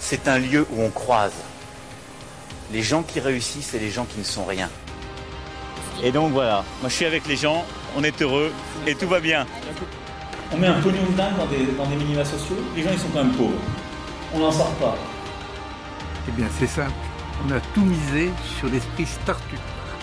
c'est un lieu où on croise les gens qui réussissent et les gens qui ne sont rien. Et donc voilà, moi je suis avec les gens, on est heureux et tout va bien. On met un pognon de dingue dans des minima sociaux, les gens ils sont quand même pauvres. On n'en sort pas. Eh bien c'est simple, on a tout misé sur l'esprit start-up.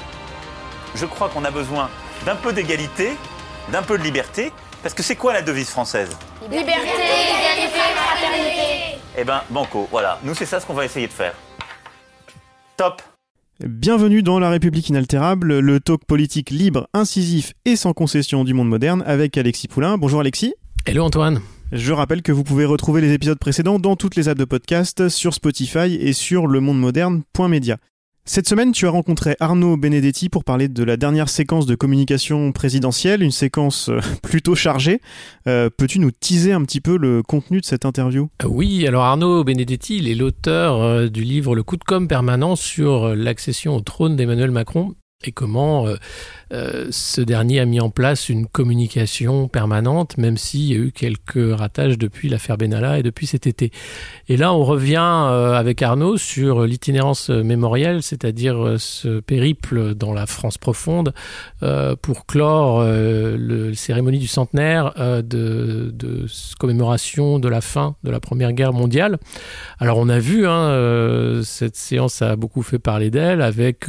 Je crois qu'on a besoin d'un peu d'égalité, d'un peu de liberté, parce que c'est quoi la devise française ? Liberté, égalité, fraternité. Eh ben, banco, voilà. Nous, c'est ça ce qu'on va essayer de faire. Top. Bienvenue dans La République inaltérable, le talk politique libre, incisif et sans concession du monde moderne avec Alexis Poulain. Bonjour Alexis. Hello Antoine. Je rappelle que vous pouvez retrouver les épisodes précédents dans toutes les apps de podcast, sur Spotify et sur lemondemoderne.media. Cette semaine, tu as rencontré Arnaud Benedetti pour parler de la dernière séquence de communication présidentielle, une séquence plutôt chargée. Peux-tu nous teaser un petit peu le contenu de cette interview ? Oui, alors Arnaud Benedetti, il est l'auteur du livre Le coup de com' permanent sur l'accession au trône d'Emmanuel Macron et comment ce dernier a mis en place une communication permanente, même s'il y a eu quelques ratages depuis l'affaire Benalla et depuis cet été. Et là, on revient avec Arnaud sur l'itinérance mémorielle, c'est-à-dire ce périple dans la France profonde pour clore la cérémonie du centenaire de commémoration de la fin de la Première Guerre mondiale. Alors, on a vu, cette séance a beaucoup fait parler d'elle avec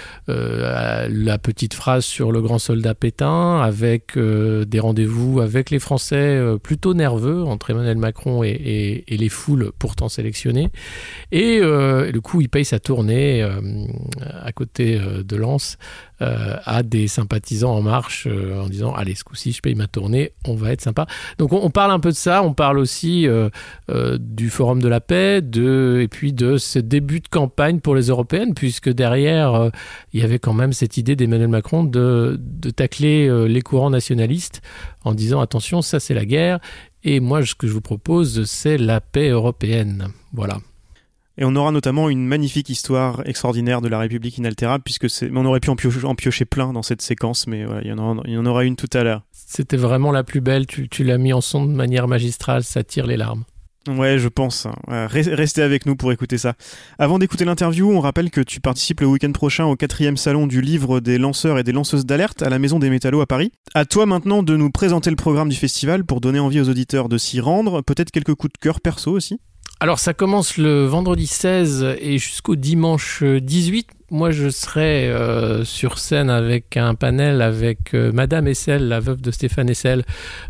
la petite phrase sur le grand soldat Pétain, avec des rendez-vous avec les Français plutôt nerveux entre Emmanuel Macron et les foules pourtant sélectionnées. Et le coup, il paye sa tournée à côté de Lens à des sympathisants en marche en disant « Allez, ce coup-ci, je paye ma tournée, on va être sympa ». Donc on parle un peu de ça, on parle aussi du Forum de la paix et puis de ce début de campagne pour les européennes, puisque derrière, il y avait quand même cette idée d'Emmanuel Macron de tacler les courants nationalistes en disant « Attention, ça c'est la guerre, et moi ce que je vous propose, c'est la paix européenne ». Voilà. Et on aura notamment une magnifique histoire extraordinaire de la République inaltérable, puisque on aurait pu en piocher plein dans cette séquence, mais voilà, il y en aura une tout à l'heure. C'était vraiment la plus belle, tu l'as mis en son de manière magistrale, ça tire les larmes. Ouais, je pense. Restez avec nous pour écouter ça. Avant d'écouter l'interview, on rappelle que tu participes le week-end prochain au 4e salon du livre des lanceurs et des lanceuses d'alerte à la Maison des Métallos à Paris. À toi maintenant de nous présenter le programme du festival pour donner envie aux auditeurs de s'y rendre. Peut-être quelques coups de cœur perso aussi. Alors ça commence le vendredi 16 et jusqu'au dimanche 18. Moi je serai sur scène avec un panel avec Madame Hessel, la veuve de Stéphane Hessel,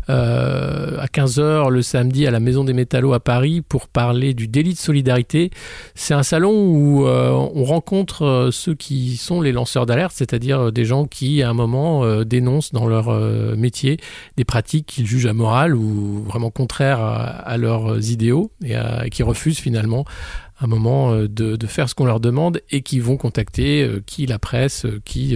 à 15h le samedi à la Maison des Métallos à Paris pour parler du délit de solidarité. C'est un salon où on rencontre ceux qui sont les lanceurs d'alerte, c'est-à-dire des gens qui à un moment dénoncent dans leur métier des pratiques qu'ils jugent amorales ou vraiment contraires à leurs idéaux et qui refusent finalement un moment de faire ce qu'on leur demande et qui vont contacter la presse,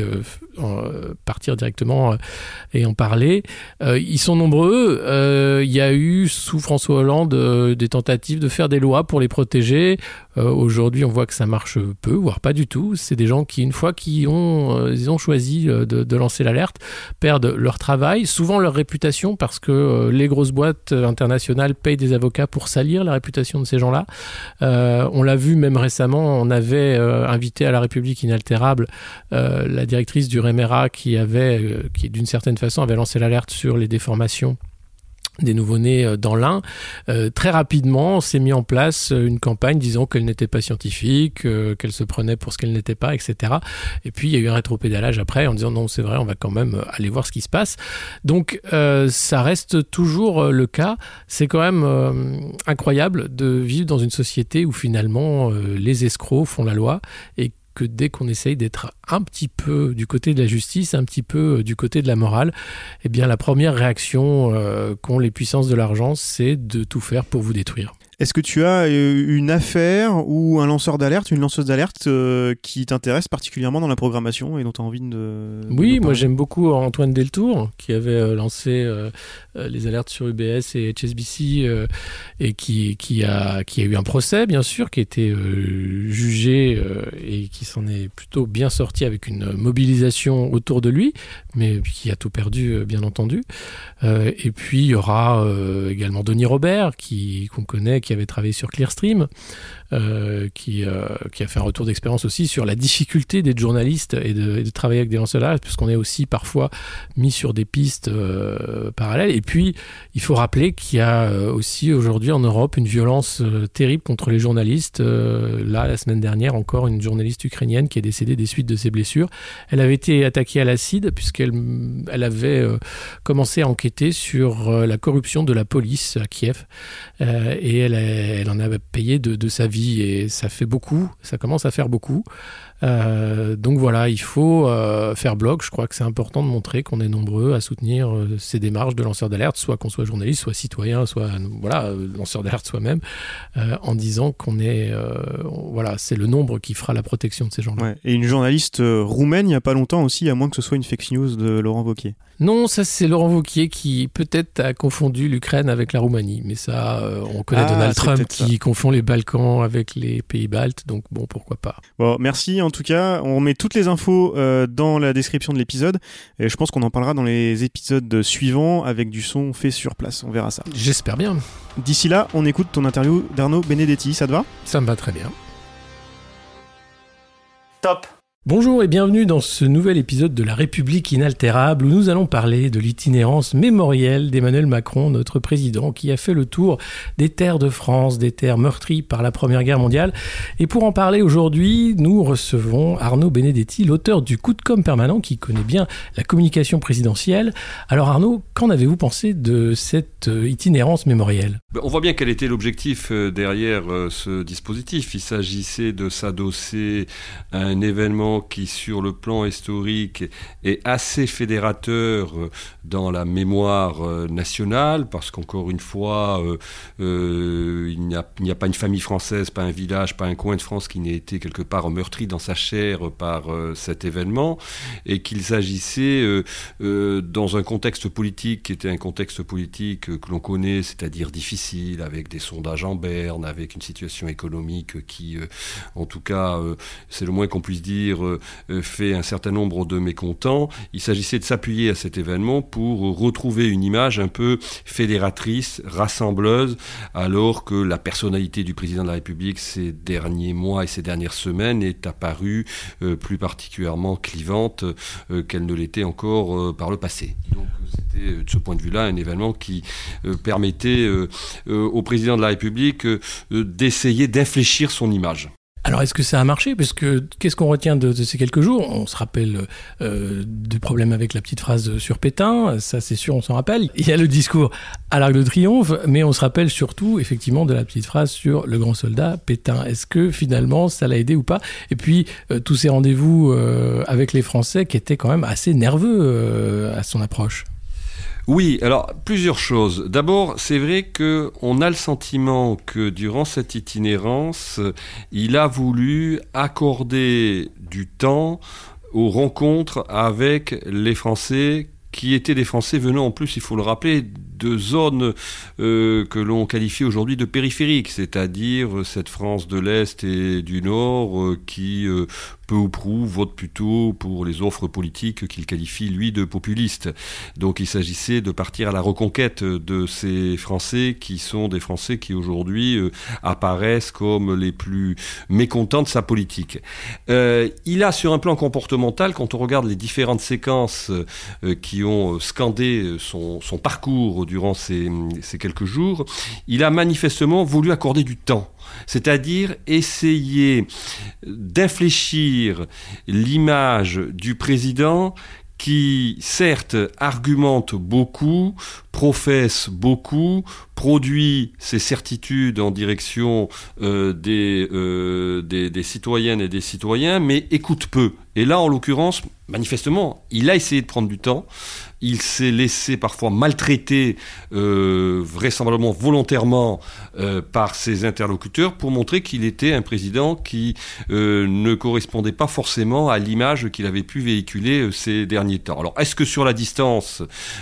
partir directement et en parler. Ils sont nombreux. Il y a eu, sous François Hollande, des tentatives de faire des lois pour les protéger. Aujourd'hui, on voit que ça marche peu, voire pas du tout. C'est des gens qui, une fois qu'ils ont choisi de lancer l'alerte, perdent leur travail, souvent leur réputation, parce que les grosses boîtes internationales payent des avocats pour salir la réputation de ces gens-là. On l'a vu même récemment, on avait invité à La République inaltérable la directrice du REMERA qui d'une certaine façon avait lancé l'alerte sur les déformations des nouveau-nés dans l'Ain. Très rapidement, s'est mis en place une campagne disant qu'elle n'était pas scientifique, qu'elle se prenait pour ce qu'elle n'était pas, etc. Et puis, il y a eu un rétropédalage après en disant non, c'est vrai, on va quand même aller voir ce qui se passe. Donc, ça reste toujours le cas. C'est quand même incroyable de vivre dans une société où finalement, les escrocs font la loi et que dès qu'on essaye d'être un petit peu du côté de la justice, un petit peu du côté de la morale, eh bien la première réaction qu'ont les puissances de l'argent, c'est de tout faire pour vous détruire. Est-ce que tu as une affaire ou un lanceur d'alerte, une lanceuse d'alerte qui t'intéresse particulièrement dans la programmation et dont tu as envie de Oui, moi j'aime beaucoup Antoine Deltour qui avait lancé les alertes sur UBS et HSBC et qui a eu un procès bien sûr, qui a été jugé et qui s'en est plutôt bien sorti avec une mobilisation autour de lui, mais qui a tout perdu bien entendu. Et puis il y aura également Denis Robert qu'on connaît, qui avait travaillé sur Clearstream, qui a fait un retour d'expérience aussi sur la difficulté d'être journaliste et de travailler avec des lanceurs d'alerte, puisqu'on est aussi parfois mis sur des pistes parallèles. Et puis, il faut rappeler qu'il y a aussi aujourd'hui en Europe une violence terrible contre les journalistes. Là, la semaine dernière, encore une journaliste ukrainienne qui est décédée des suites de ses blessures. Elle avait été attaquée à l'acide puisqu'elle avait commencé à enquêter sur la corruption de la police à Kiev. Et elle en avait payé de sa vie. Et ça fait beaucoup, ça commence à faire beaucoup. Donc voilà, il faut faire bloc. Je crois que c'est important de montrer qu'on est nombreux à soutenir ces démarches de lanceurs d'alerte, soit qu'on soit journaliste, soit citoyen, soit lanceur d'alerte soi-même, en disant qu'on est c'est le nombre qui fera la protection de ces gens-là. Ouais. Et une journaliste roumaine il n'y a pas longtemps aussi, à moins que ce soit une fake news de Laurent Wauquiez. Non, ça c'est Laurent Wauquiez qui peut-être a confondu l'Ukraine avec la Roumanie, mais ça on connaît Donald Trump qui confond les Balkans avec les pays baltes, donc bon, pourquoi pas. Bon, merci en tout cas, on met toutes les infos dans la description de l'épisode et je pense qu'on en parlera dans les épisodes suivants avec du son fait sur place, on verra ça. J'espère bien. D'ici là, on écoute ton interview d'Arnaud Benedetti, ça te va ? Ça me va très bien. Top. Bonjour et bienvenue dans ce nouvel épisode de La République inaltérable où nous allons parler de l'itinérance mémorielle d'Emmanuel Macron, notre président, qui a fait le tour des terres de France, des terres meurtries par la Première Guerre mondiale. Et pour en parler aujourd'hui, nous recevons Arnaud Benedetti, l'auteur du Coup de com' permanent, qui connaît bien la communication présidentielle. Alors Arnaud, qu'en avez-vous pensé de cette itinérance mémorielle ? On voit bien quel était l'objectif derrière ce dispositif. Il s'agissait de s'adosser à un événement qui, sur le plan historique, est assez fédérateur dans la mémoire nationale, parce qu'encore une fois, il n'y a pas une famille française, pas un village, pas un coin de France qui n'ait été quelque part meurtri dans sa chair par cet événement, et qu'il s'agissait, dans un contexte politique qui était un contexte politique que l'on connaît, c'est-à-dire difficile, avec des sondages en berne, avec une situation économique qui, en tout cas, c'est le moins qu'on puisse dire, fait un certain nombre de mécontents. Il s'agissait de s'appuyer à cet événement pour retrouver une image un peu fédératrice, rassembleuse, alors que la personnalité du président de la République ces derniers mois et ces dernières semaines est apparue plus particulièrement clivante qu'elle ne l'était encore par le passé. Donc c'était de ce point de vue-là un événement qui permettait au président de la République d'essayer d'infléchir son image. Alors, est-ce que ça a marché ? Parce que qu'est-ce qu'on retient de ces quelques jours ? On se rappelle du problème avec la petite phrase sur Pétain, ça c'est sûr, on s'en rappelle. Il y a le discours à l'Arc de Triomphe, mais on se rappelle surtout, effectivement, de la petite phrase sur le grand soldat Pétain. Est-ce que finalement, ça l'a aidé ou pas ? Et puis, tous ces rendez-vous avec les Français qui étaient quand même assez nerveux à son approche. Oui, alors plusieurs choses. D'abord, c'est vrai qu'on a le sentiment que durant cette itinérance, il a voulu accorder du temps aux rencontres avec les Français qui étaient des Français venant en plus, il faut le rappeler, de zones que l'on qualifie aujourd'hui de périphériques, c'est-à-dire cette France de l'Est et du Nord qui, peu ou prou, vote plutôt pour les offres politiques qu'il qualifie, lui, de populistes. Donc il s'agissait de partir à la reconquête de ces Français qui sont des Français qui aujourd'hui apparaissent comme les plus mécontents de sa politique. Il a, sur un plan comportemental, quand on regarde les différentes séquences qui ont scandé son parcours durant ces quelques jours, il a manifestement voulu accorder du temps, c'est-à-dire essayer d'infléchir l'image du président qui, certes, argumente beaucoup, professe beaucoup, produit ses certitudes en direction des citoyennes et des citoyens, mais écoute peu. Et là, en l'occurrence, manifestement, il a essayé de prendre du temps. Il s'est laissé parfois maltraiter, vraisemblablement volontairement, par ses interlocuteurs pour montrer qu'il était un président qui ne correspondait pas forcément à l'image qu'il avait pu véhiculer ces derniers temps. Alors, est-ce que sur la distance,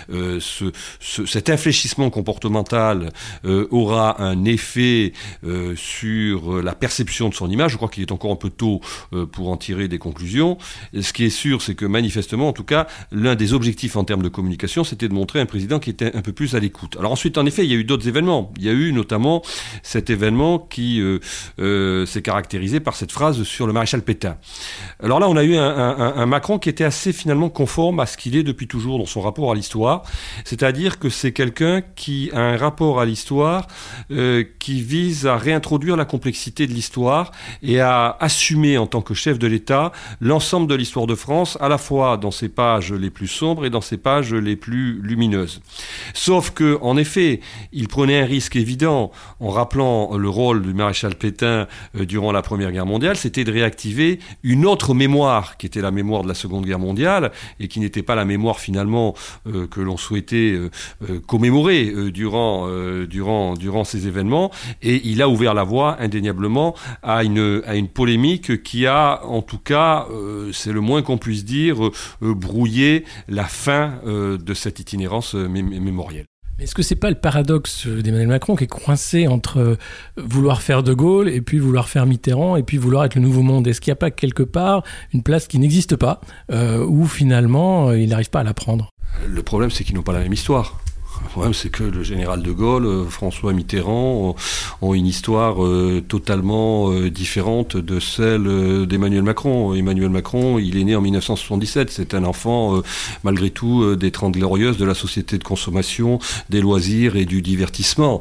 cet infléchissement comportemental aura un effet sur la perception de son image ? Je crois qu'il est encore un peu tôt pour en tirer des conclusions. ce qui est sûr, c'est que manifestement, en tout cas, l'un des objectifs en termes de communication, c'était de montrer un président qui était un peu plus à l'écoute. Alors ensuite, en effet, il y a eu d'autres événements. Il y a eu notamment cet événement qui s'est caractérisé par cette phrase sur le maréchal Pétain. Alors là, on a eu un Macron qui était assez finalement conforme à ce qu'il est depuis toujours dans son rapport à l'histoire. C'est-à-dire que c'est quelqu'un qui a un rapport à l'histoire qui vise à réintroduire la complexité de l'histoire et à assumer en tant que chef de l'État l'ensemble de l'histoire de France, à la fois dans ses pages les plus sombres et dans ses pages les plus lumineuses. Sauf que, en effet, il prenait un risque évident en rappelant le rôle du maréchal Pétain durant la Première Guerre mondiale, c'était de réactiver une autre mémoire qui était la mémoire de la Seconde Guerre mondiale et qui n'était pas la mémoire finalement que l'on souhaitait commémorer durant ces événements. Et il a ouvert la voie indéniablement à une polémique qui a, en tout cas, c'est le moins qu'on puisse dire, brouillé la fin de cette itinérance mémorielle. Est-ce que c'est pas le paradoxe d'Emmanuel Macron qui est coincé entre vouloir faire De Gaulle et puis vouloir faire Mitterrand et puis vouloir être le nouveau monde? Est-ce qu'il n'y a pas quelque part une place qui n'existe pas où finalement il n'arrive pas à la prendre? Le problème, c'est qu'ils n'ont pas la même histoire. Le problème, c'est que le général de Gaulle, François Mitterrand ont une histoire totalement différente de celle d'Emmanuel Macron. Emmanuel Macron, il est né en 1977. C'est un enfant, malgré tout, des 30 glorieuses de la société de consommation, des loisirs et du divertissement.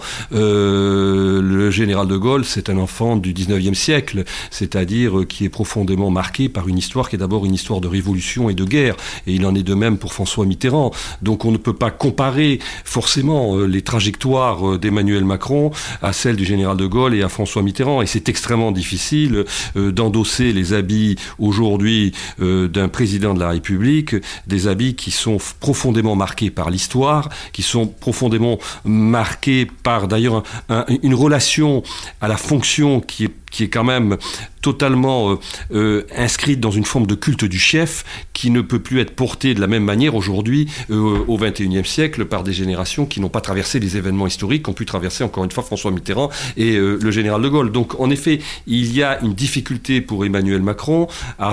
Le général de Gaulle, c'est un enfant du 19e siècle, c'est-à-dire qui est profondément marqué par une histoire qui est d'abord une histoire de révolution et de guerre. Et il en est de même pour François Mitterrand. Donc on ne peut pas comparer forcément les trajectoires d'Emmanuel Macron à celles du général de Gaulle et à François Mitterrand. Et c'est extrêmement difficile d'endosser les habits aujourd'hui d'un président de la République, des habits qui sont profondément marqués par l'histoire, qui sont profondément marqués par d'ailleurs une relation à la fonction qui est quand même totalement inscrite dans une forme de culte du chef qui ne peut plus être portée de la même manière aujourd'hui au XXIe siècle par des générations qui n'ont pas traversé les événements historiques qu'ont pu traverser encore une fois François Mitterrand et le général de Gaulle. Donc en effet, il y a une difficulté pour Emmanuel Macron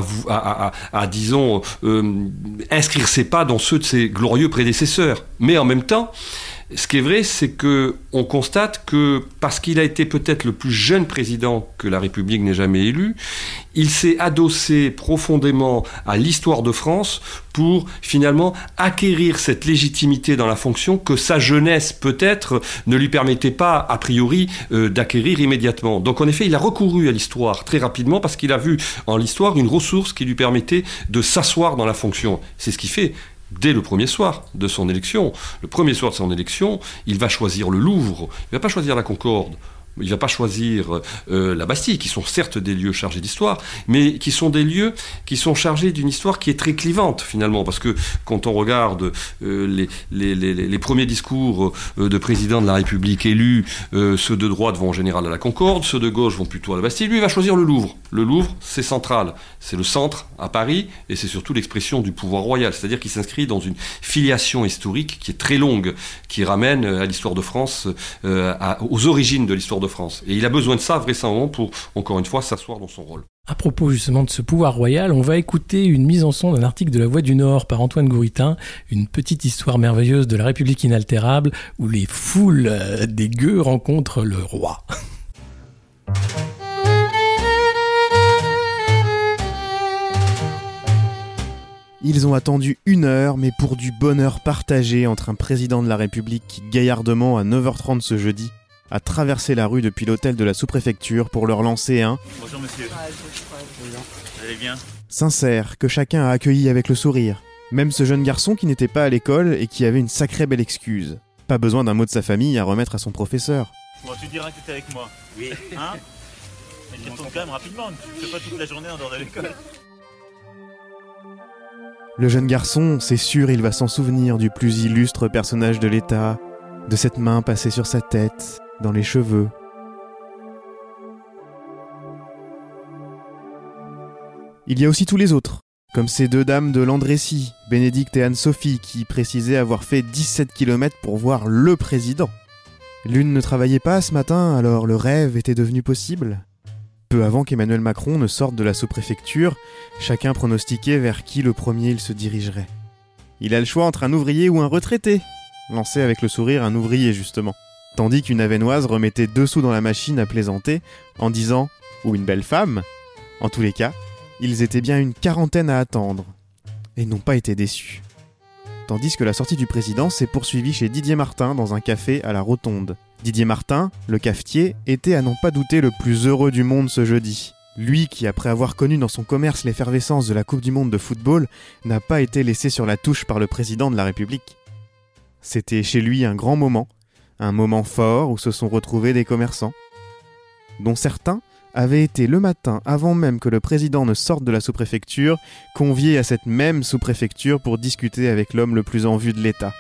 à disons, inscrire ses pas dans ceux de ses glorieux prédécesseurs. Mais en même temps, ce qui est vrai, c'est qu'on constate que, parce qu'il a été peut-être le plus jeune président que la République n'ait jamais élu, il s'est adossé profondément à l'histoire de France pour finalement acquérir cette légitimité dans la fonction que sa jeunesse peut-être ne lui permettait pas a priori d'acquérir immédiatement. Donc en effet, il a recouru à l'histoire très rapidement parce qu'il a vu en l'histoire une ressource qui lui permettait de s'asseoir dans la fonction. C'est ce qu'il fait. Dès le premier soir de son élection, il va choisir le Louvre, il ne va pas choisir la Concorde, il ne va pas choisir la Bastille, qui sont certes des lieux chargés d'histoire, mais qui sont des lieux qui sont chargés d'une histoire qui est très clivante finalement, parce que quand on regarde les premiers discours de présidents de la République élus, ceux de droite vont en général à la Concorde, ceux de gauche vont plutôt à la Bastille, lui il va choisir le Louvre. Le Louvre, c'est central, c'est le centre à Paris, et c'est surtout l'expression du pouvoir royal, c'est-à-dire qu'il s'inscrit dans une filiation historique qui est très longue, qui ramène à l'histoire de France, aux origines de l'histoire de France. Et il a besoin de ça vraisemblablement pour, encore une fois, s'asseoir dans son rôle. À propos justement de ce pouvoir royal, on va écouter une mise en son d'un article de La Voix du Nord par Antoine Gouritin, une petite histoire merveilleuse de la République inaltérable où les foules des gueux rencontrent le roi. Ils ont attendu 1 heure, mais pour du bonheur partagé entre un président de la République qui, gaillardement, à 9h30 ce jeudi, a traversé la rue depuis l'hôtel de la sous-préfecture pour leur lancer un « Bonjour monsieur, vous allez bien ?» sincère, que chacun a accueilli avec le sourire. Même ce jeune garçon qui n'était pas à l'école et qui avait une sacrée belle excuse. Pas besoin d'un mot de sa famille à remettre à son professeur. Bon, tu diras que t'étais avec moi. Oui. Hein? Mais tu retournes quand même rapidement, tu fais pas toute la journée en dehors de l'école. Le jeune garçon, c'est sûr, il va s'en souvenir du plus illustre personnage de l'État, de cette main passée sur sa tête, dans les cheveux. Il y a aussi tous les autres, comme ces 2 dames de Landrécy, Bénédicte et Anne-Sophie, qui précisaient avoir fait 17 km pour voir le président. L'une ne travaillait pas ce matin, alors le rêve était devenu possible. Peu avant qu'Emmanuel Macron ne sorte de la sous-préfecture, chacun pronostiquait vers qui le premier il se dirigerait. Il a le choix entre un ouvrier ou un retraité, lançait avec le sourire un ouvrier justement. Tandis qu'une Avesnoise remettait 2 sous dans la machine à plaisanter en disant « ou une belle femme ». En tous les cas, ils étaient bien une quarantaine à attendre et n'ont pas été déçus. Tandis que la sortie du président s'est poursuivie chez Didier Martin dans un café à la Rotonde. Didier Martin, le cafetier, était à n'en pas douter le plus heureux du monde ce jeudi. Lui qui, après avoir connu dans son commerce l'effervescence de la Coupe du Monde de football, n'a pas été laissé sur la touche par le président de la République. C'était chez lui un grand moment, un moment fort où se sont retrouvés des commerçants, dont certains avaient été le matin, avant même que le président ne sorte de la sous-préfecture, conviés à cette même sous-préfecture pour discuter avec l'homme le plus en vue de l'État.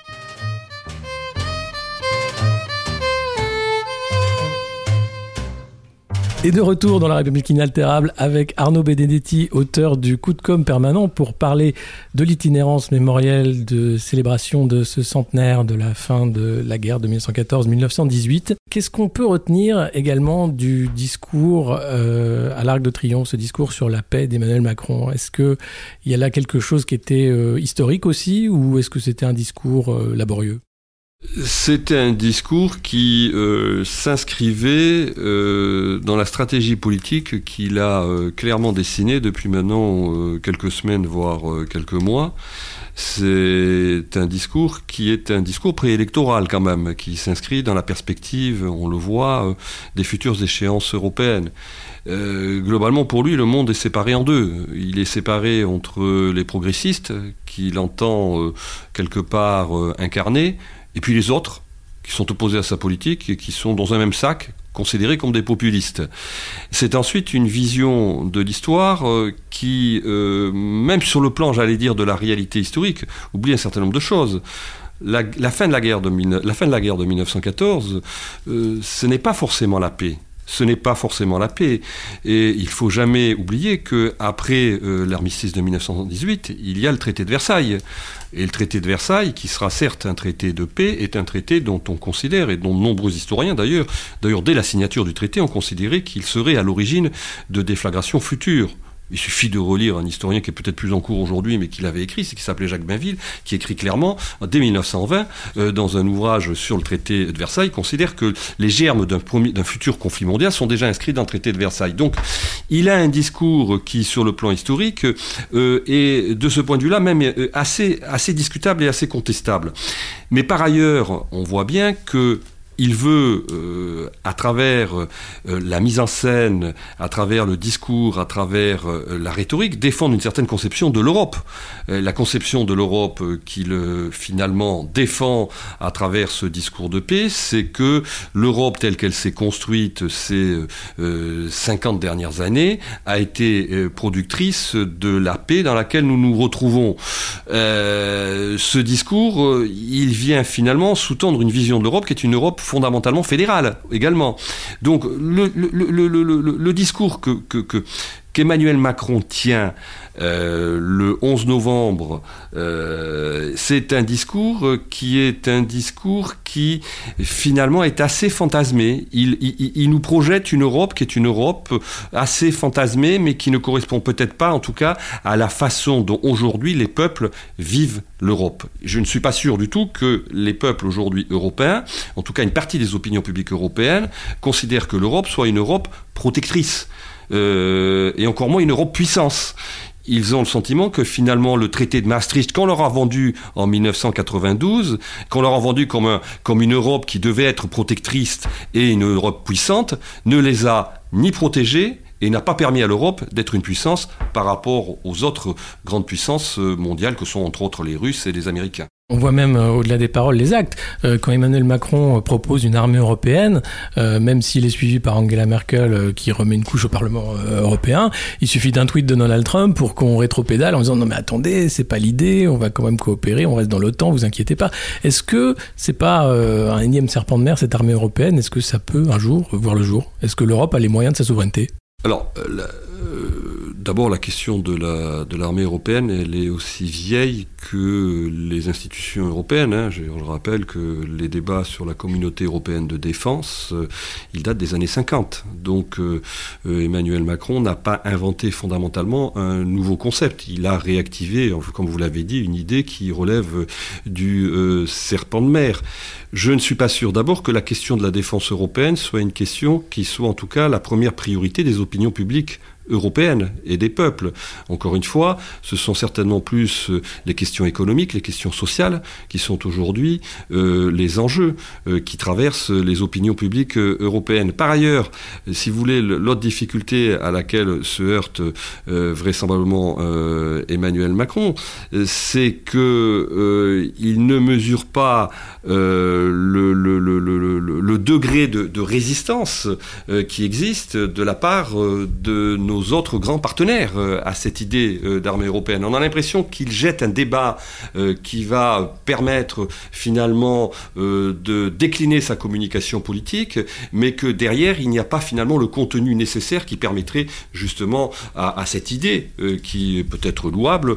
Et de retour dans La République inaltérable avec Arnaud Benedetti, auteur du Coup de com' permanent, pour parler de l'itinérance mémorielle de célébration de ce centenaire de la fin de la guerre de 1914-1918. Qu'est-ce qu'on peut retenir également du discours à l'Arc de Triomphe, ce discours sur la paix d'Emmanuel Macron? Est-ce qu'il y a là quelque chose qui était historique aussi, ou est-ce que c'était un discours laborieux? C'était un discours qui s'inscrivait dans la stratégie politique qu'il a clairement dessinée depuis maintenant quelques semaines, voire quelques mois. C'est un discours qui est un discours préélectoral quand même, qui s'inscrit dans la perspective, on le voit, des futures échéances européennes. Globalement, pour lui, le monde est séparé en deux. Il est séparé entre les progressistes, qu'il entend quelque part incarner, et puis les autres, qui sont opposés à sa politique et qui sont dans un même sac, considérés comme des populistes. C'est ensuite une vision de l'histoire qui, même sur le plan, j'allais dire, de la réalité historique, oublie un certain nombre de choses. La fin de la guerre de 1914, ce n'est pas forcément la paix. Ce n'est pas forcément la paix. Et il ne faut jamais oublier qu'après l'armistice de 1918, il y a le traité de Versailles. Et le traité de Versailles, qui sera certes un traité de paix, est un traité dont on considère, et dont de nombreux historiens d'ailleurs, dès la signature du traité, ont considéré qu'il serait à l'origine de déflagrations futures. Il suffit de relire un historien qui est peut-être plus en cours aujourd'hui, mais qui l'avait écrit, c'est qui s'appelait Jacques Bainville, qui écrit clairement, dès 1920, dans un ouvrage sur le traité de Versailles, considère que les germes d'un futur conflit mondial sont déjà inscrits dans le traité de Versailles. Donc, il a un discours qui, sur le plan historique, est de ce point de vue-là même assez discutable et assez contestable. Mais par ailleurs, on voit bien que il veut, à travers la mise en scène, à travers le discours, à travers la rhétorique, défendre une certaine conception de l'Europe. La conception de l'Europe qu'il finalement défend à travers ce discours de paix, c'est que l'Europe telle qu'elle s'est construite ces 50 dernières années a été productrice de la paix dans laquelle nous nous retrouvons. Ce discours, il vient finalement sous-tendre une vision de l'Europe qui est une Europe fondamentalement fédérale également. Donc le discours qu'Emmanuel Macron tient le 11 novembre, c'est un discours qui finalement est assez fantasmé. Il nous projette une Europe qui est une Europe assez fantasmée, mais qui ne correspond peut-être pas, en tout cas, à la façon dont aujourd'hui les peuples vivent l'Europe. Je ne suis pas sûr du tout que les peuples aujourd'hui européens, en tout cas une partie des opinions publiques européennes, considèrent que l'Europe soit une Europe protectrice. Et encore moins une Europe puissance. Ils ont le sentiment que finalement le traité de Maastricht, qu'on leur a vendu en 1992, qu'on leur a vendu comme une Europe qui devait être protectrice et une Europe puissante, ne les a ni protégés et n'a pas permis à l'Europe d'être une puissance par rapport aux autres grandes puissances mondiales que sont entre autres les Russes et les Américains. On voit même, au-delà des paroles, les actes. Quand Emmanuel Macron propose une armée européenne, même s'il est suivi par Angela Merkel, qui remet une couche au Parlement européen, il suffit d'un tweet de Donald Trump pour qu'on rétropédale en disant « Non mais attendez, c'est pas l'idée, on va quand même coopérer, on reste dans l'OTAN, vous inquiétez pas ». Est-ce que c'est pas un énième serpent de mer, cette armée européenne? Est-ce que ça peut un jour voir le jour? Est-ce que l'Europe a les moyens de sa souveraineté? Alors, D'abord, la question de l'armée européenne, elle est aussi vieille que les institutions européennes. Je rappelle que les débats sur la communauté européenne de défense, ils datent des années 50. Donc Emmanuel Macron n'a pas inventé fondamentalement un nouveau concept. Il a réactivé, comme vous l'avez dit, une idée qui relève du serpent de mer. Je ne suis pas sûr d'abord que la question de la défense européenne soit une question qui soit en tout cas la première priorité des opinions publiques européennes et des peuples. Encore une fois, ce sont certainement plus les questions économiques, les questions sociales qui sont aujourd'hui les enjeux qui traversent les opinions publiques européennes. Par ailleurs, si vous voulez, l'autre difficulté à laquelle se heurte vraisemblablement Emmanuel Macron, c'est que il ne mesure pas le degré de résistance qui existe de la part de nos autres grands partenaires à cette idée d'armée européenne. On a l'impression qu'il jette un débat qui va permettre finalement de décliner sa communication politique, mais que derrière, il n'y a pas finalement le contenu nécessaire qui permettrait justement à cette idée, qui est peut-être louable,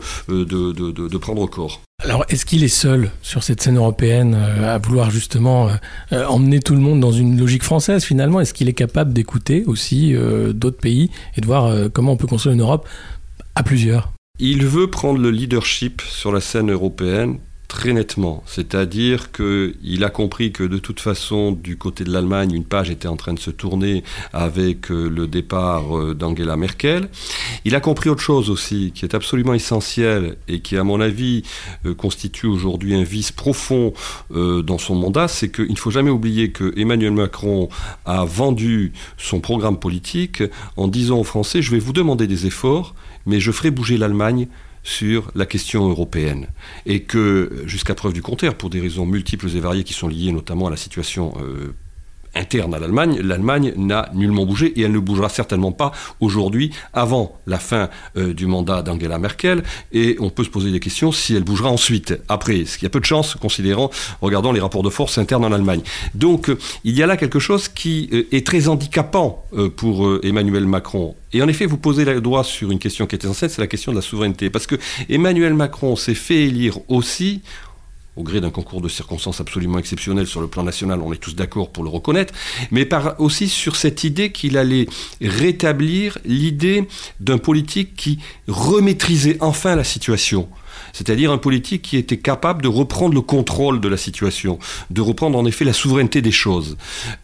de prendre corps. Alors, est-ce qu'il est seul sur cette scène européenne à vouloir justement emmener tout le monde dans une logique française finalement ? Est-ce qu'il est capable d'écouter aussi d'autres pays et de voir comment on peut construire une Europe à plusieurs ? Il veut prendre le leadership sur la scène européenne très nettement, c'est-à-dire qu'il a compris que de toute façon, du côté de l'Allemagne, une page était en train de se tourner avec le départ d'Angela Merkel. Il a compris autre chose aussi, qui est absolument essentiel et qui, à mon avis, constitue aujourd'hui un vice profond dans son mandat, c'est qu'il ne faut jamais oublier que Emmanuel Macron a vendu son programme politique en disant aux Français « Je vais vous demander des efforts, mais je ferai bouger l'Allemagne sur la question européenne ». Et que, jusqu'à preuve du contraire, pour des raisons multiples et variées qui sont liées notamment à la situation interne à l'Allemagne n'a nullement bougé et elle ne bougera certainement pas aujourd'hui avant la fin du mandat d'Angela Merkel, et on peut se poser des questions si elle bougera ensuite, après, ce qui a peu de chance regardant les rapports de force internes en Allemagne. Donc il y a là quelque chose qui est très handicapant pour Emmanuel Macron. Et en effet, vous posez le doigt sur une question qui est essentielle, c'est la question de la souveraineté, parce que Emmanuel Macron s'est fait élire aussi au gré d'un concours de circonstances absolument exceptionnel sur le plan national, on est tous d'accord pour le reconnaître, mais aussi sur cette idée qu'il allait rétablir l'idée d'un politique qui remaîtrisait enfin la situation. C'est-à-dire un politique qui était capable de reprendre le contrôle de la situation, de reprendre en effet la souveraineté des choses.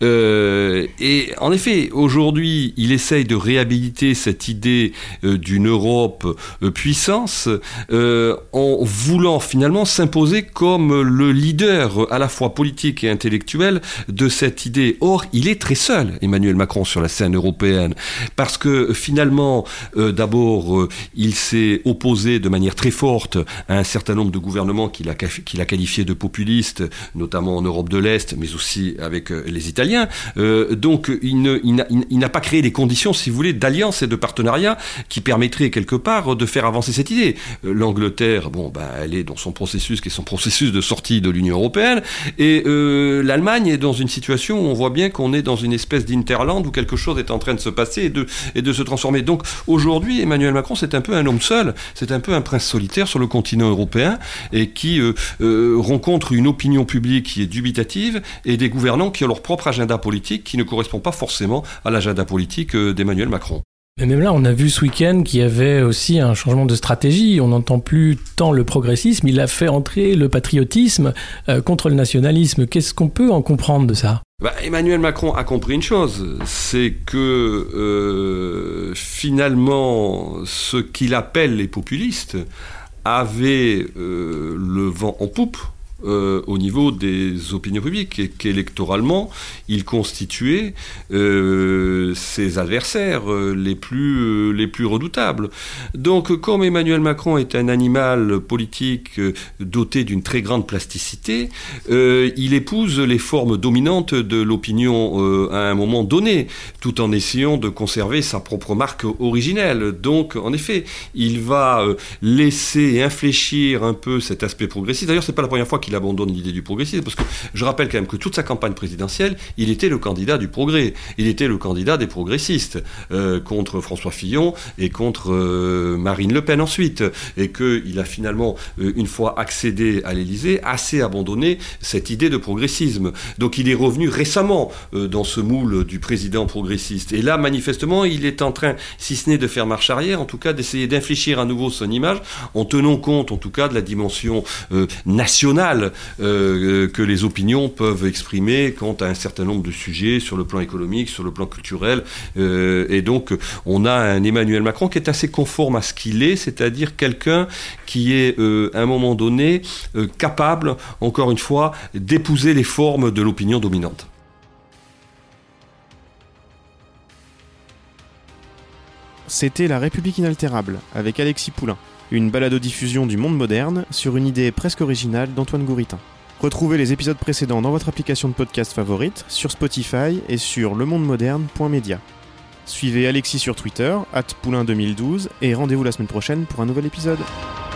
Et en effet, aujourd'hui, il essaye de réhabiliter cette idée d'une Europe puissance en voulant finalement s'imposer comme le leader à la fois politique et intellectuel de cette idée. Or, il est très seul, Emmanuel Macron, sur la scène européenne, parce que finalement, d'abord, il s'est opposé de manière très forte à un certain nombre de gouvernements qu'il a qualifiés de populistes, notamment en Europe de l'Est, mais aussi avec les Italiens. Donc, il n'a pas créé les conditions, si vous voulez, d'alliance et de partenariat qui permettraient quelque part de faire avancer cette idée. L'Angleterre, elle est dans son processus, qui est son processus de sortie de l'Union européenne, et l'Allemagne est dans une situation où on voit bien qu'on est dans une espèce d'interland où quelque chose est en train de se passer et de se transformer. Donc, aujourd'hui, Emmanuel Macron, c'est un peu un homme seul, c'est un peu un prince solitaire sur le continent européen et qui rencontre une opinion publique qui est dubitative et des gouvernants qui ont leur propre agenda politique qui ne correspond pas forcément à l'agenda politique d'Emmanuel Macron. Mais même là, on a vu ce week-end qu'il y avait aussi un changement de stratégie. On n'entend plus tant le progressisme, il a fait entrer le patriotisme contre le nationalisme. Qu'est-ce qu'on peut en comprendre de ça ? Emmanuel Macron a compris une chose, c'est que finalement, ce qu'il appelle les populistes avait le vent en poupe au niveau des opinions publiques, et qu'électoralement, il constituait ses adversaires les plus redoutables. Donc, comme Emmanuel Macron est un animal politique doté d'une très grande plasticité, il épouse les formes dominantes de l'opinion à un moment donné, tout en essayant de conserver sa propre marque originelle. Donc, en effet, il va laisser infléchir un peu cet aspect progressiste. D'ailleurs, c'est pas la première fois qu'il qu'il abandonne l'idée du progressisme, parce que je rappelle quand même que toute sa campagne présidentielle, il était le candidat du progrès, il était le candidat des progressistes, contre François Fillon et contre Marine Le Pen ensuite, et qu'il a finalement, une fois accédé à l'Élysée, assez abandonné cette idée de progressisme. Donc il est revenu récemment dans ce moule du président progressiste. Et là, manifestement, il est en train, si ce n'est de faire marche arrière, en tout cas d'essayer d'infléchir à nouveau son image, en tenant compte, en tout cas, de la dimension nationale que les opinions peuvent exprimer quant à un certain nombre de sujets sur le plan économique, sur le plan culturel. Et donc, on a un Emmanuel Macron qui est assez conforme à ce qu'il est, c'est-à-dire quelqu'un qui est, à un moment donné, capable, encore une fois, d'épouser les formes de l'opinion dominante. C'était La République inaltérable, avec Alexis Poulain, une balado-diffusion du monde moderne sur une idée presque originale d'Antoine Gouritin. Retrouvez les épisodes précédents dans votre application de podcast favorite, sur Spotify et sur lemondemoderne.media. Suivez Alexis sur Twitter, @poulain2012, et rendez-vous la semaine prochaine pour un nouvel épisode.